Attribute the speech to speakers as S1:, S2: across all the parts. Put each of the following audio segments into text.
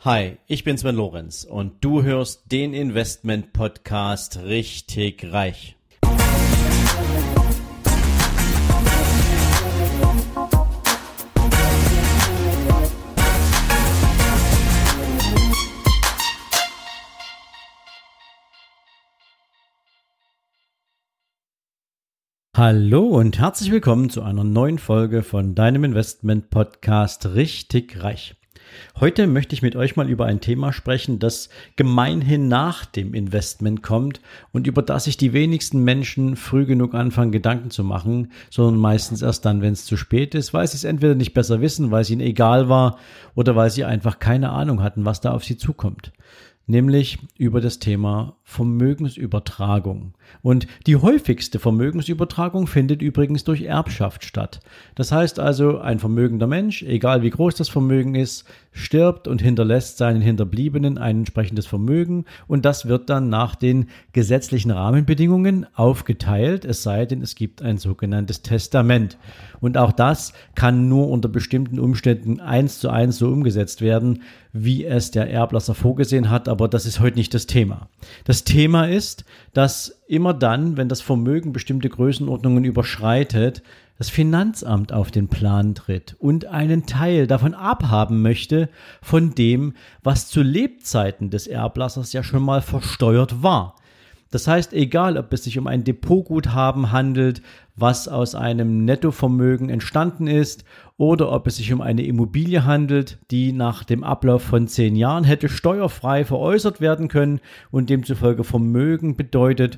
S1: Hi, ich bin Sven Lorenz und du hörst den Investment-Podcast Richtig Reich. Hallo und herzlich willkommen zu einer neuen Folge von deinem Investment-Podcast Richtig Reich. Heute möchte ich mit euch mal über ein Thema sprechen, das gemeinhin nach dem Investment kommt und über das sich die wenigsten Menschen früh genug anfangen, Gedanken zu machen, sondern meistens erst dann, wenn es zu spät ist, weil sie es entweder nicht besser wissen, weil es ihnen egal war oder weil sie einfach keine Ahnung hatten, was da auf sie zukommt. Nämlich über das Thema Vermögensübertragung. Und die häufigste Vermögensübertragung findet übrigens durch Erbschaft statt. Das heißt also, ein vermögender Mensch, egal wie groß das Vermögen ist, stirbt und hinterlässt seinen Hinterbliebenen ein entsprechendes Vermögen und das wird dann nach den gesetzlichen Rahmenbedingungen aufgeteilt, es sei denn, es gibt ein sogenanntes Testament. Und auch das kann nur unter bestimmten Umständen 1:1 so umgesetzt werden, wie es der Erblasser vorgesehen hat, aber das ist heute nicht das Thema. Das Thema ist, dass immer dann, wenn das Vermögen bestimmte Größenordnungen überschreitet, das Finanzamt auf den Plan tritt und einen Teil davon abhaben möchte, von dem, was zu Lebzeiten des Erblassers ja schon mal versteuert war. Das heißt, egal ob es sich um ein Depotguthaben handelt, was aus einem Nettovermögen entstanden ist, oder ob es sich um eine Immobilie handelt, die nach dem Ablauf von 10 Jahren hätte steuerfrei veräußert werden können und demzufolge Vermögen bedeutet,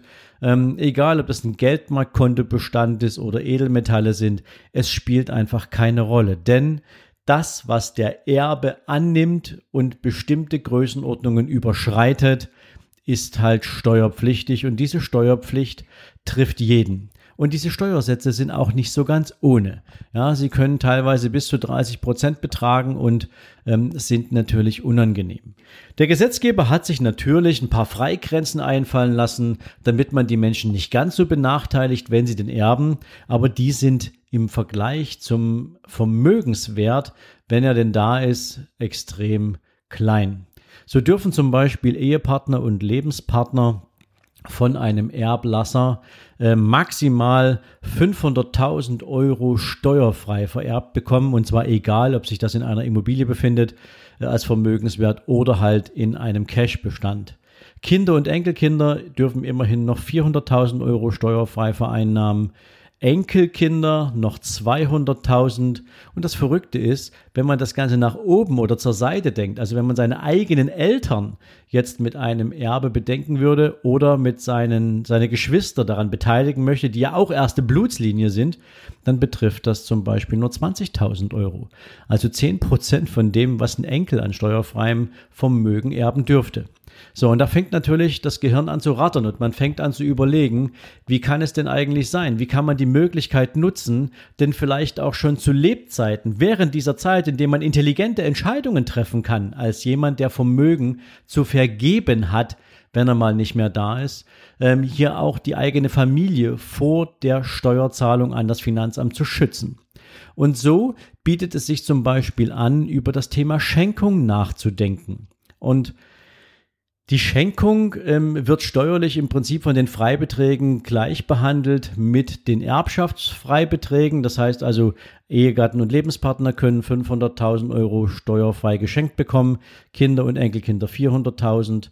S1: egal ob es ein Geldmarktkontobestand ist oder Edelmetalle sind, es spielt einfach keine Rolle, denn das, was der Erbe annimmt und bestimmte Größenordnungen überschreitet, ist halt steuerpflichtig und diese Steuerpflicht trifft jeden. Und diese Steuersätze sind auch nicht so ganz ohne. Ja, sie können teilweise bis zu 30% betragen und sind natürlich unangenehm. Der Gesetzgeber hat sich natürlich ein paar Freigrenzen einfallen lassen, damit man die Menschen nicht ganz so benachteiligt, wenn sie den erben, aber die sind im Vergleich zum Vermögenswert, wenn er denn da ist, extrem klein. So dürfen zum Beispiel Ehepartner und Lebenspartner von einem Erblasser maximal 500.000 Euro steuerfrei vererbt bekommen, und zwar egal, ob sich das in einer Immobilie befindet als Vermögenswert oder halt in einem Cashbestand. Kinder und Enkelkinder dürfen immerhin noch 400.000 Euro steuerfrei vereinnahmen, Enkelkinder noch 200.000 und das Verrückte ist, wenn man das Ganze nach oben oder zur Seite denkt, also wenn man seine eigenen Eltern jetzt mit einem Erbe bedenken würde oder mit seine Geschwister daran beteiligen möchte, die ja auch erste Blutslinie sind, dann betrifft das zum Beispiel nur 20.000 Euro. Also 10% von dem, was ein Enkel an steuerfreiem Vermögen erben dürfte. So, und da fängt natürlich das Gehirn an zu rattern und man fängt an zu überlegen, wie kann es denn eigentlich sein? Wie kann man die Möglichkeit nutzen, denn vielleicht auch schon zu Lebzeiten, während dieser Zeit, in der man intelligente Entscheidungen treffen kann, als jemand, der Vermögen zu vergeben hat, wenn er mal nicht mehr da ist, hier auch die eigene Familie vor der Steuerzahlung an das Finanzamt zu schützen. Und so bietet es sich zum Beispiel an, über das Thema Schenkung nachzudenken. Und die Schenkung wird steuerlich im Prinzip von den Freibeträgen gleich behandelt mit den Erbschaftsfreibeträgen. Das heißt also, Ehegatten und Lebenspartner können 500.000 Euro steuerfrei geschenkt bekommen, Kinder und Enkelkinder 400.000,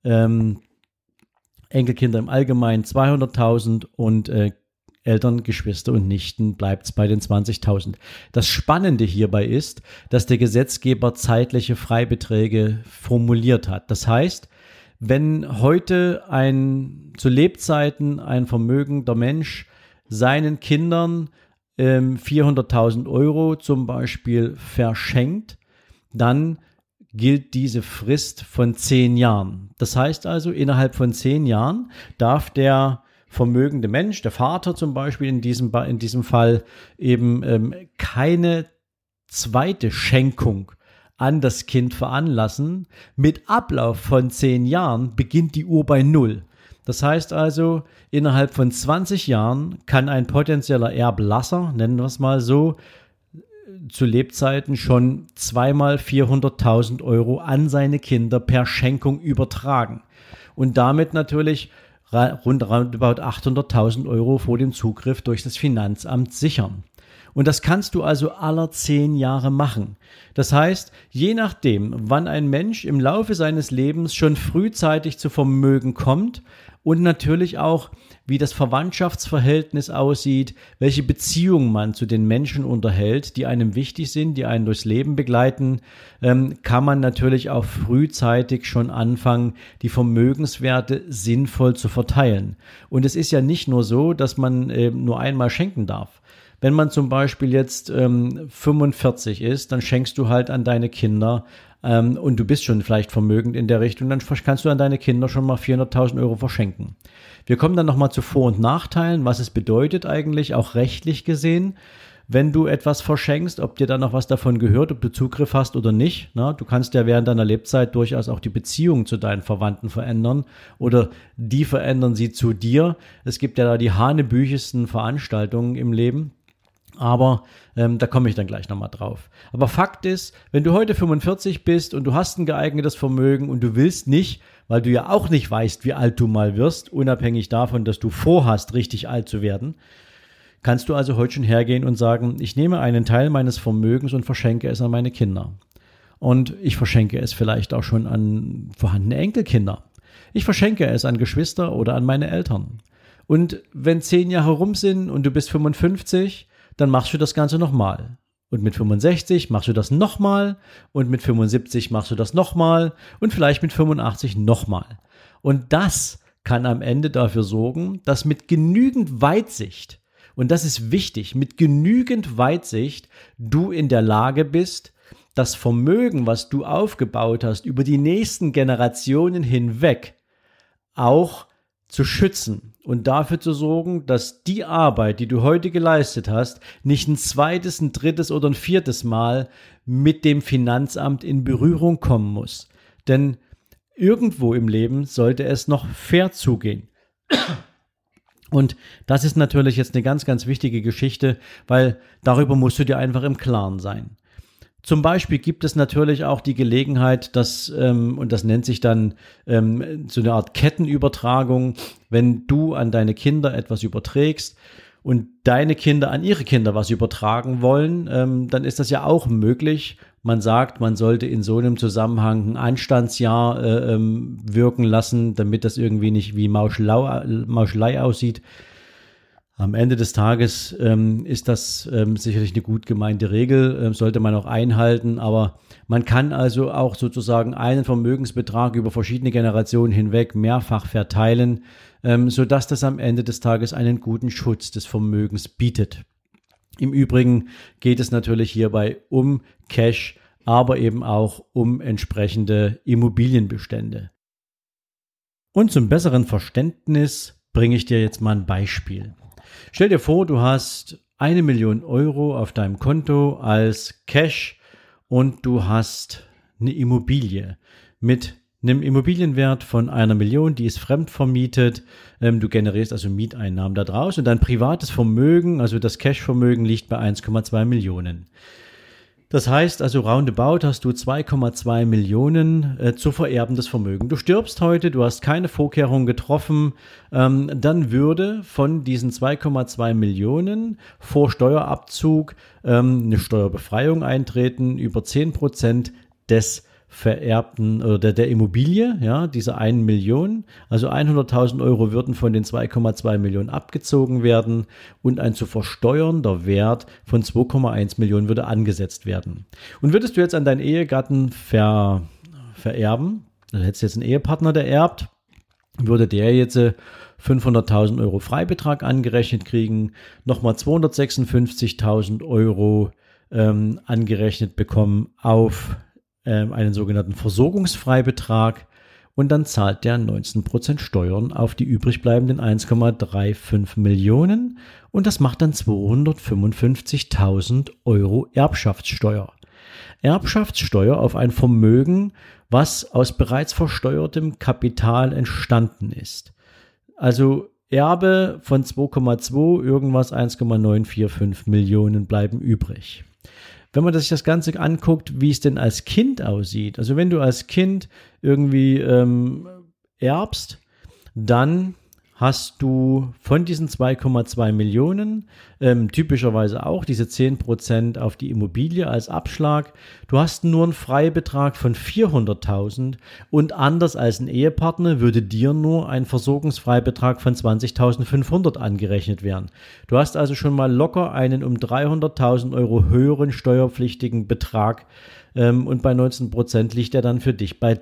S1: Enkelkinder im Allgemeinen 200.000 und Eltern, Geschwister und Nichten bleibt es bei den 20.000. Das Spannende hierbei ist, dass der Gesetzgeber zeitliche Freibeträge formuliert hat. Das heißt, wenn heute zu Lebzeiten ein vermögender Mensch seinen Kindern 400.000 Euro zum Beispiel verschenkt, dann gilt diese Frist von 10 Jahren. Das heißt also, innerhalb von 10 Jahren darf der vermögende Mensch, der Vater zum Beispiel in diesem Fall, eben keine zweite Schenkung an das Kind veranlassen. Mit Ablauf von 10 Jahren beginnt die Uhr bei 0. Das heißt also, innerhalb von 20 Jahren kann ein potenzieller Erblasser, nennen wir es mal so, zu Lebzeiten schon zweimal 400.000 Euro an seine Kinder per Schenkung übertragen und damit natürlich rund about 800.000 Euro vor dem Zugriff durch das Finanzamt sichern. Und das kannst du also aller 10 Jahre machen. Das heißt, je nachdem, wann ein Mensch im Laufe seines Lebens schon frühzeitig zu Vermögen kommt und natürlich auch, wie das Verwandtschaftsverhältnis aussieht, welche Beziehung man zu den Menschen unterhält, die einem wichtig sind, die einen durchs Leben begleiten, kann man natürlich auch frühzeitig schon anfangen, die Vermögenswerte sinnvoll zu verteilen. Und es ist ja nicht nur so, dass man nur einmal schenken darf. Wenn man zum Beispiel jetzt 45 ist, dann schenkst du halt an deine Kinder und du bist schon vielleicht vermögend in der Richtung, dann kannst du an deine Kinder schon mal 400.000 Euro verschenken. Wir kommen dann nochmal zu Vor- und Nachteilen, was es bedeutet eigentlich, auch rechtlich gesehen, wenn du etwas verschenkst, ob dir dann noch was davon gehört, ob du Zugriff hast oder nicht. Na, du kannst ja während deiner Lebzeit durchaus auch die Beziehung zu deinen Verwandten verändern oder die verändern sie zu dir. Es gibt ja da die hanebüchesten Veranstaltungen im Leben. Aber da komme ich dann gleich nochmal drauf. Aber Fakt ist, wenn du heute 45 bist und du hast ein geeignetes Vermögen und du willst nicht, weil du ja auch nicht weißt, wie alt du mal wirst, unabhängig davon, dass du vorhast, richtig alt zu werden, kannst du also heute schon hergehen und sagen, ich nehme einen Teil meines Vermögens und verschenke es an meine Kinder. Und ich verschenke es vielleicht auch schon an vorhandene Enkelkinder. Ich verschenke es an Geschwister oder an meine Eltern. Und wenn 10 Jahre rum sind und du bist 55, dann machst du das Ganze nochmal. Und mit 65 machst du das nochmal und mit 75 machst du das nochmal und vielleicht mit 85 nochmal. Und das kann am Ende dafür sorgen, dass mit genügend Weitsicht, und das ist wichtig, mit genügend Weitsicht du in der Lage bist, das Vermögen, was du aufgebaut hast, über die nächsten Generationen hinweg auch zu schützen und dafür zu sorgen, dass die Arbeit, die du heute geleistet hast, nicht ein zweites, ein drittes oder ein viertes Mal mit dem Finanzamt in Berührung kommen muss. Denn irgendwo im Leben sollte es noch fair zugehen. Und das ist natürlich jetzt eine ganz, ganz wichtige Geschichte, weil darüber musst du dir einfach im Klaren sein. Zum Beispiel gibt es natürlich auch die Gelegenheit, dass, und das nennt sich dann so eine Art Kettenübertragung, wenn du an deine Kinder etwas überträgst und deine Kinder an ihre Kinder was übertragen wollen, dann ist das ja auch möglich. Man sagt, man sollte in so einem Zusammenhang ein Anstandsjahr wirken lassen, damit das irgendwie nicht wie Mauschelei aussieht. Am Ende des Tages ist das sicherlich eine gut gemeinte Regel, sollte man auch einhalten, aber man kann also auch sozusagen einen Vermögensbetrag über verschiedene Generationen hinweg mehrfach verteilen, sodass das am Ende des Tages einen guten Schutz des Vermögens bietet. Im Übrigen geht es natürlich hierbei um Cash, aber eben auch um entsprechende Immobilienbestände. Und zum besseren Verständnis bringe ich dir jetzt mal ein Beispiel. Stell dir vor, du hast 1 Million Euro auf deinem Konto als Cash und du hast eine Immobilie mit einem Immobilienwert von 1 Million, die ist fremdvermietet. Du generierst also Mieteinnahmen daraus und dein privates Vermögen, also das Cashvermögen, liegt bei 1,2 Millionen. Das heißt also, roundabout hast du 2,2 Millionen zu vererbendes Vermögen. Du stirbst heute, du hast keine Vorkehrungen getroffen, dann würde von diesen 2,2 Millionen vor Steuerabzug eine Steuerbefreiung eintreten über 10% des vererbten oder der Immobilie, ja, dieser 1 Million, also 100.000 Euro würden von den 2,2 Millionen abgezogen werden und ein zu versteuernder Wert von 2,1 Millionen würde angesetzt werden. Und würdest du jetzt an deinen Ehegatten vererben, dann hättest du jetzt einen Ehepartner, der erbt, würde der jetzt 500.000 Euro Freibetrag angerechnet kriegen, nochmal 256.000 Euro angerechnet bekommen auf einen sogenannten Versorgungsfreibetrag und dann zahlt der 19% Steuern auf die übrig bleibenden 1,35 Millionen und das macht dann 255.000 Euro Erbschaftssteuer. Erbschaftssteuer auf ein Vermögen, was aus bereits versteuertem Kapital entstanden ist. Also Erbe von 2,2, irgendwas 1,945 Millionen bleiben übrig. wenn man sich das Ganze anguckt, wie es denn als Kind aussieht, also wenn du als Kind irgendwie erbst, dann hast du von diesen 2,2 Millionen typischerweise auch diese 10% auf die Immobilie als Abschlag. Du hast nur einen Freibetrag von 400.000 und anders als ein Ehepartner würde dir nur ein Versorgungsfreibetrag von 20.500 angerechnet werden. Du hast also schon mal locker einen um 300.000 Euro höheren steuerpflichtigen Betrag und bei 19% liegt er dann für dich bei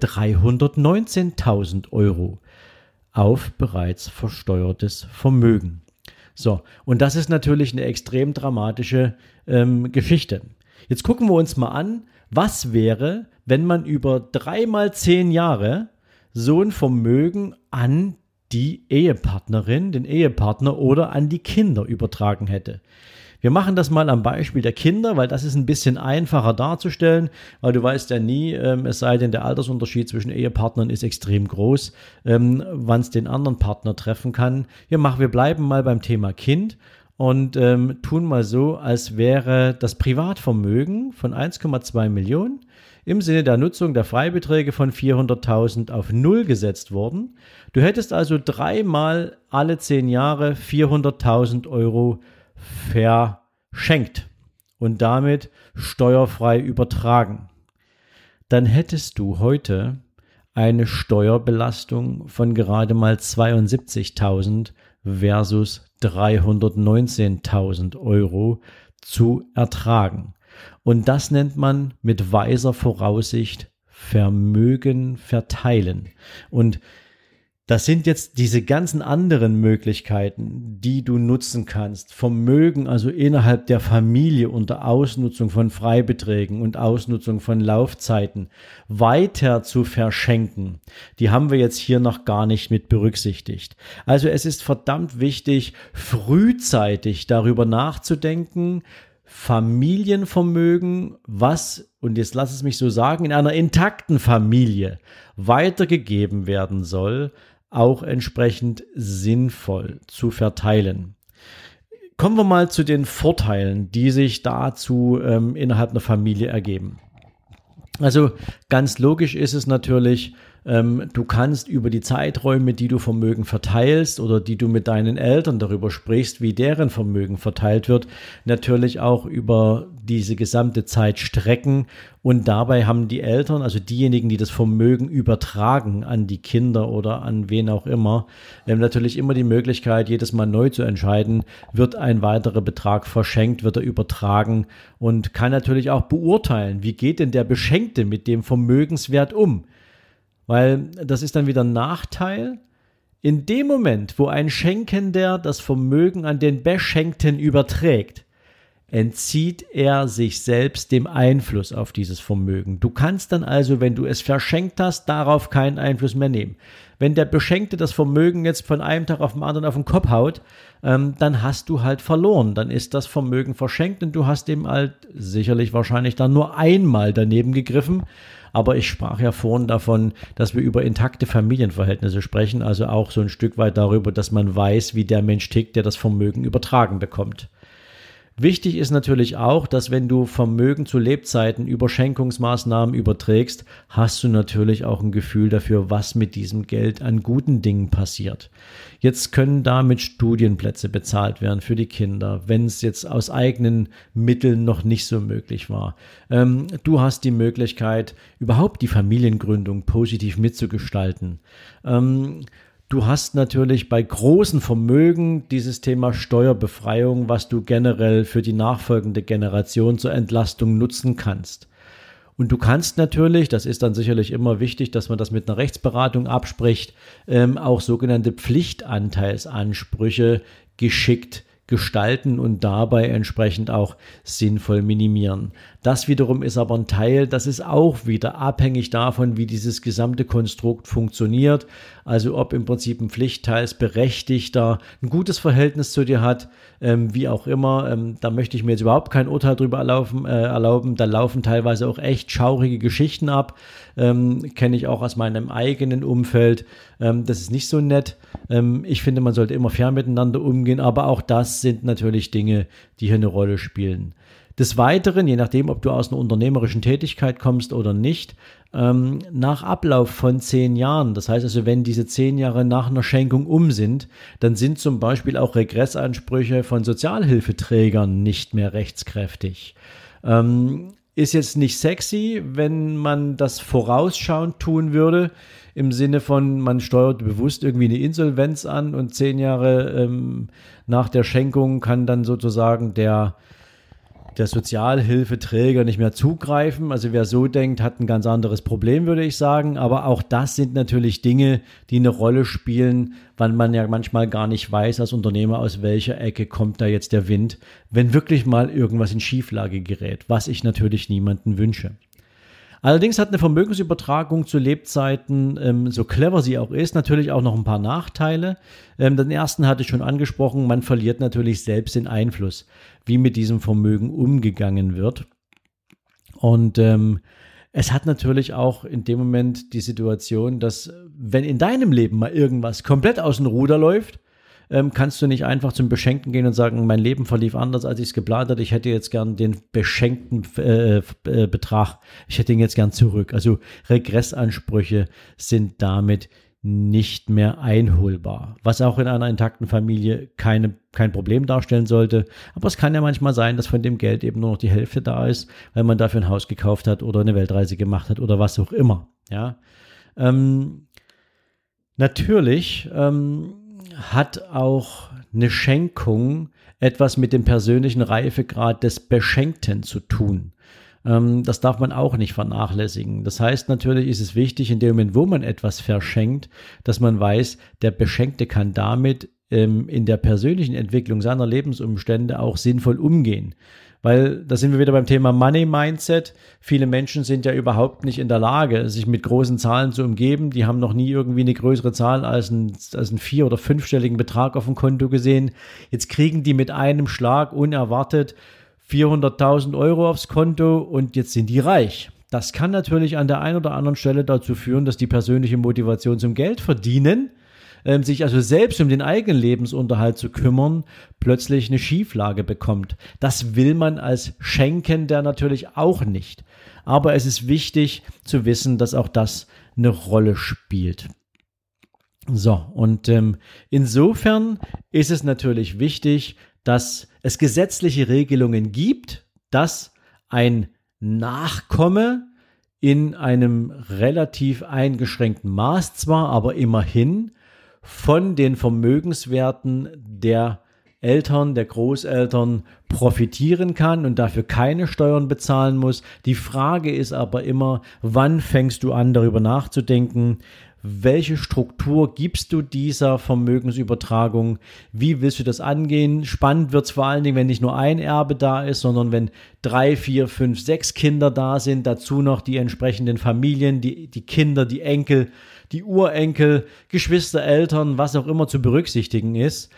S1: 319.000 Euro. Auf bereits versteuertes Vermögen. So, und das ist natürlich eine extrem dramatische Geschichte. Jetzt gucken wir uns mal an, was wäre, wenn man über 3 mal 10 Jahre so ein Vermögen an die Ehepartnerin, den Ehepartner oder an die Kinder übertragen hätte. Wir machen das mal am Beispiel der Kinder, weil das ist ein bisschen einfacher darzustellen, weil du weißt ja nie, es sei denn, der Altersunterschied zwischen Ehepartnern ist extrem groß, wann es den anderen Partner treffen kann. Wir bleiben mal beim Thema Kind und tun mal so, als wäre das Privatvermögen von 1,2 Millionen im Sinne der Nutzung der Freibeträge von 400.000 auf 0 gesetzt worden. Du hättest also 3 mal alle 10 Jahre 400.000 Euro verschenkt und damit steuerfrei übertragen. Dann hättest du heute eine Steuerbelastung von gerade mal 72.000 versus 319.000 Euro zu ertragen. Und das nennt man mit weiser Voraussicht Vermögen verteilen. Und das sind jetzt diese ganzen anderen Möglichkeiten, die du nutzen kannst. Vermögen also innerhalb der Familie unter Ausnutzung von Freibeträgen und Ausnutzung von Laufzeiten weiter zu verschenken. Die haben wir jetzt hier noch gar nicht mit berücksichtigt. Also es ist verdammt wichtig, frühzeitig darüber nachzudenken, Familienvermögen, was, und jetzt lass es mich so sagen, in einer intakten Familie weitergegeben werden soll, auch entsprechend sinnvoll zu verteilen. Kommen wir mal zu den Vorteilen, die sich dazu innerhalb einer Familie ergeben. Also ganz logisch ist es natürlich, du kannst über die Zeiträume, die du Vermögen verteilst oder die du mit deinen Eltern darüber sprichst, wie deren Vermögen verteilt wird, natürlich auch über diese gesamte Zeit strecken. Und dabei haben die Eltern, also diejenigen, die das Vermögen übertragen an die Kinder oder an wen auch immer, natürlich immer die Möglichkeit, jedes Mal neu zu entscheiden, wird ein weiterer Betrag verschenkt, wird er übertragen und kann natürlich auch beurteilen, wie geht denn der Beschenkte mit dem Vermögenswert um. Weil das ist dann wieder ein Nachteil. In dem Moment, wo ein Schenkender das Vermögen an den Beschenkten überträgt, entzieht er sich selbst dem Einfluss auf dieses Vermögen. Du kannst dann also, wenn du es verschenkt hast, darauf keinen Einfluss mehr nehmen. Wenn der Beschenkte das Vermögen jetzt von einem Tag auf den anderen auf den Kopf haut, dann hast du halt verloren. Dann ist das Vermögen verschenkt und du hast dem halt sicherlich wahrscheinlich dann nur einmal daneben gegriffen. Aber ich sprach ja vorhin davon, dass wir über intakte Familienverhältnisse sprechen, also auch so ein Stück weit darüber, dass man weiß, wie der Mensch tickt, der das Vermögen übertragen bekommt. Wichtig ist natürlich auch, dass wenn du Vermögen zu Lebzeiten über Schenkungsmaßnahmen überträgst, hast du natürlich auch ein Gefühl dafür, was mit diesem Geld an guten Dingen passiert. Jetzt können damit Studienplätze bezahlt werden für die Kinder, wenn es jetzt aus eigenen Mitteln noch nicht so möglich war. Du hast die Möglichkeit, überhaupt die Familiengründung positiv mitzugestalten. Du hast natürlich bei großen Vermögen dieses Thema Steuerbefreiung, was du generell für die nachfolgende Generation zur Entlastung nutzen kannst. Und du kannst natürlich, das ist dann sicherlich immer wichtig, dass man das mit einer Rechtsberatung abspricht, auch sogenannte Pflichtanteilsansprüche geschickt gestalten und dabei entsprechend auch sinnvoll minimieren. Das wiederum ist aber ein Teil, das ist auch wieder abhängig davon, wie dieses gesamte Konstrukt funktioniert. Also ob im Prinzip ein Pflichtteilsberechtigter ein gutes Verhältnis zu dir hat, wie auch immer. Da möchte ich mir jetzt überhaupt kein Urteil drüber erlauben. Da laufen teilweise auch echt schaurige Geschichten ab. Kenne ich auch aus meinem eigenen Umfeld. Das ist nicht so nett. Ich finde, man sollte immer fair miteinander umgehen, aber auch das sind natürlich Dinge, die hier eine Rolle spielen. Des Weiteren, je nachdem, ob du aus einer unternehmerischen Tätigkeit kommst oder nicht, nach Ablauf von 10 Jahren, das heißt also, wenn diese 10 Jahre nach einer Schenkung sind, dann sind zum Beispiel auch Regressansprüche von Sozialhilfeträgern nicht mehr rechtskräftig. Ist jetzt nicht sexy, wenn man das vorausschauend tun würde, im Sinne von, man steuert bewusst irgendwie eine Insolvenz an und 10 Jahre nach der Schenkung kann dann sozusagen der Sozialhilfeträger nicht mehr zugreifen. Also wer so denkt, hat ein ganz anderes Problem, würde ich sagen. Aber auch das sind natürlich Dinge, die eine Rolle spielen, weil man ja manchmal gar nicht weiß als Unternehmer, aus welcher Ecke kommt da jetzt der Wind, wenn wirklich mal irgendwas in Schieflage gerät, was ich natürlich niemandem wünsche. Allerdings hat eine Vermögensübertragung zu Lebzeiten, so clever sie auch ist, natürlich auch noch ein paar Nachteile. Den ersten hatte ich schon angesprochen, man verliert natürlich selbst den Einfluss, wie mit diesem Vermögen umgegangen wird. Und es hat natürlich auch in dem Moment die Situation, dass wenn in deinem Leben mal irgendwas komplett aus dem Ruder läuft, kannst du nicht einfach zum Beschenkten gehen und sagen, mein Leben verlief anders, als ich es geplant hatte. Ich hätte jetzt gern den beschenkten Betrag. Ich hätte ihn jetzt gern zurück. Also Regressansprüche sind damit nicht mehr einholbar. Was auch in einer intakten Familie kein Problem darstellen sollte. Aber es kann ja manchmal sein, dass von dem Geld eben nur noch die Hälfte da ist, weil man dafür ein Haus gekauft hat oder eine Weltreise gemacht hat oder was auch immer. Ja. Natürlich hat auch eine Schenkung etwas mit dem persönlichen Reifegrad des Beschenkten zu tun. Das darf man auch nicht vernachlässigen. Das heißt, natürlich ist es wichtig, in dem Moment, wo man etwas verschenkt, dass man weiß, der Beschenkte kann damit in der persönlichen Entwicklung seiner Lebensumstände auch sinnvoll umgehen. Weil da sind wir wieder beim Thema Money Mindset. Viele Menschen sind ja überhaupt nicht in der Lage, sich mit großen Zahlen zu umgeben. Die haben noch nie irgendwie eine größere Zahl als einen 4- oder 5-stelligen Betrag auf dem Konto gesehen. Jetzt kriegen die mit einem Schlag unerwartet 400.000 Euro aufs Konto und jetzt sind die reich. Das kann natürlich an der einen oder anderen Stelle dazu führen, dass die persönliche Motivation zum Geldverdienen, sich also selbst um den eigenen Lebensunterhalt zu kümmern, plötzlich eine Schieflage bekommt. Das will man als Schenkender natürlich auch nicht. Aber es ist wichtig zu wissen, dass auch das eine Rolle spielt. So, und insofern ist es natürlich wichtig, dass es gesetzliche Regelungen gibt, dass ein Nachkomme in einem relativ eingeschränkten Maß zwar, aber immerhin von den Vermögenswerten der Eltern, der Großeltern profitieren kann und dafür keine Steuern bezahlen muss. Die Frage ist aber immer, wann fängst du an, darüber nachzudenken? Welche Struktur gibst du dieser Vermögensübertragung? Wie willst du das angehen? Spannend wird es vor allen Dingen, wenn nicht nur ein Erbe da ist, sondern wenn 3, 4, 5, 6 Kinder da sind, dazu noch die entsprechenden Familien, die Kinder, die Enkel, die Urenkel, Geschwister, Eltern, was auch immer zu berücksichtigen ist.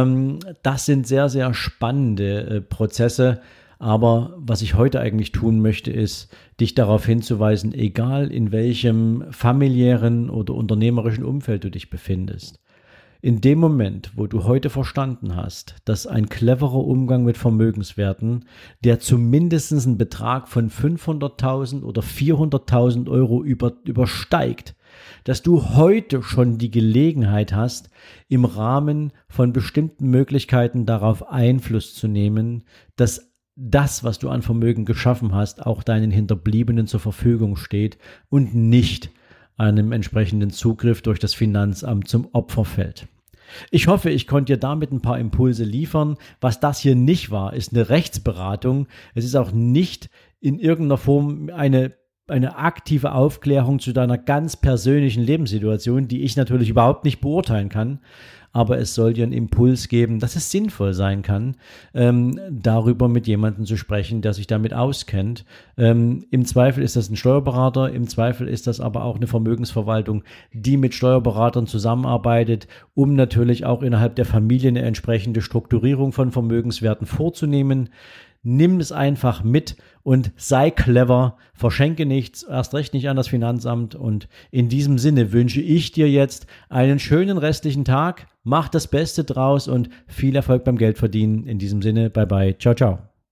S1: Das sind sehr, sehr spannende Prozesse. Aber was ich heute eigentlich tun möchte, ist, dich darauf hinzuweisen, egal in welchem familiären oder unternehmerischen Umfeld du dich befindest. In dem Moment, wo du heute verstanden hast, dass ein cleverer Umgang mit Vermögenswerten, der zumindest einen Betrag von 500.000 oder 400.000 Euro übersteigt, dass du heute schon die Gelegenheit hast, im Rahmen von bestimmten Möglichkeiten darauf Einfluss zu nehmen, dass das, was du an Vermögen geschaffen hast, auch deinen Hinterbliebenen zur Verfügung steht und nicht einem entsprechenden Zugriff durch das Finanzamt zum Opfer fällt. Ich hoffe, ich konnte dir damit ein paar Impulse liefern. Was das hier nicht war, ist eine Rechtsberatung. Es ist auch nicht in irgendeiner Form eine aktive Aufklärung zu deiner ganz persönlichen Lebenssituation, die ich natürlich überhaupt nicht beurteilen kann. Aber es soll dir einen Impuls geben, dass es sinnvoll sein kann, darüber mit jemandem zu sprechen, der sich damit auskennt. Im Zweifel ist das ein Steuerberater, im Zweifel ist das aber auch eine Vermögensverwaltung, die mit Steuerberatern zusammenarbeitet, um natürlich auch innerhalb der Familie eine entsprechende Strukturierung von Vermögenswerten vorzunehmen. Nimm es einfach mit und sei clever, verschenke nichts, erst recht nicht an das Finanzamt. Und in diesem Sinne wünsche ich dir jetzt einen schönen restlichen Tag, mach das Beste draus und viel Erfolg beim Geldverdienen. In diesem Sinne, bye bye, ciao, ciao.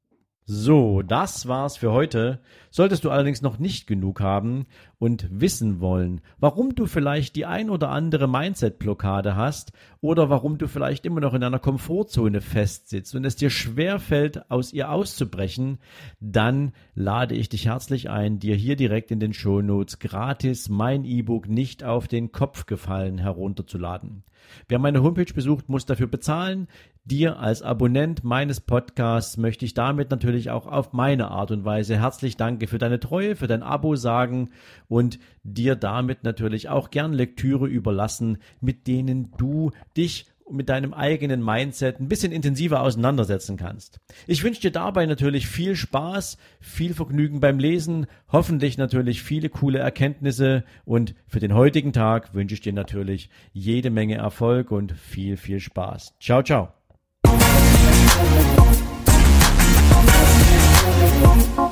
S1: So, das war's für heute. Solltest du allerdings noch nicht genug haben und wissen wollen, warum du vielleicht die ein oder andere Mindset-Blockade hast oder warum du vielleicht immer noch in einer Komfortzone festsitzt und es dir schwerfällt, aus ihr auszubrechen, dann lade ich dich herzlich ein, dir hier direkt in den Shownotes gratis mein E-Book Nicht auf den Kopf gefallen herunterzuladen. Wer meine Homepage besucht, muss dafür bezahlen. Dir als Abonnent meines Podcasts möchte ich damit natürlich auch auf meine Art und Weise herzlich danke für deine Treue, für dein Abo sagen und dir damit natürlich auch gern Lektüre überlassen, mit denen du dich mit deinem eigenen Mindset ein bisschen intensiver auseinandersetzen kannst. Ich wünsche dir dabei natürlich viel Spaß, viel Vergnügen beim Lesen, hoffentlich natürlich viele coole Erkenntnisse und für den heutigen Tag wünsche ich dir natürlich jede Menge Erfolg und viel, viel Spaß. Ciao, ciao.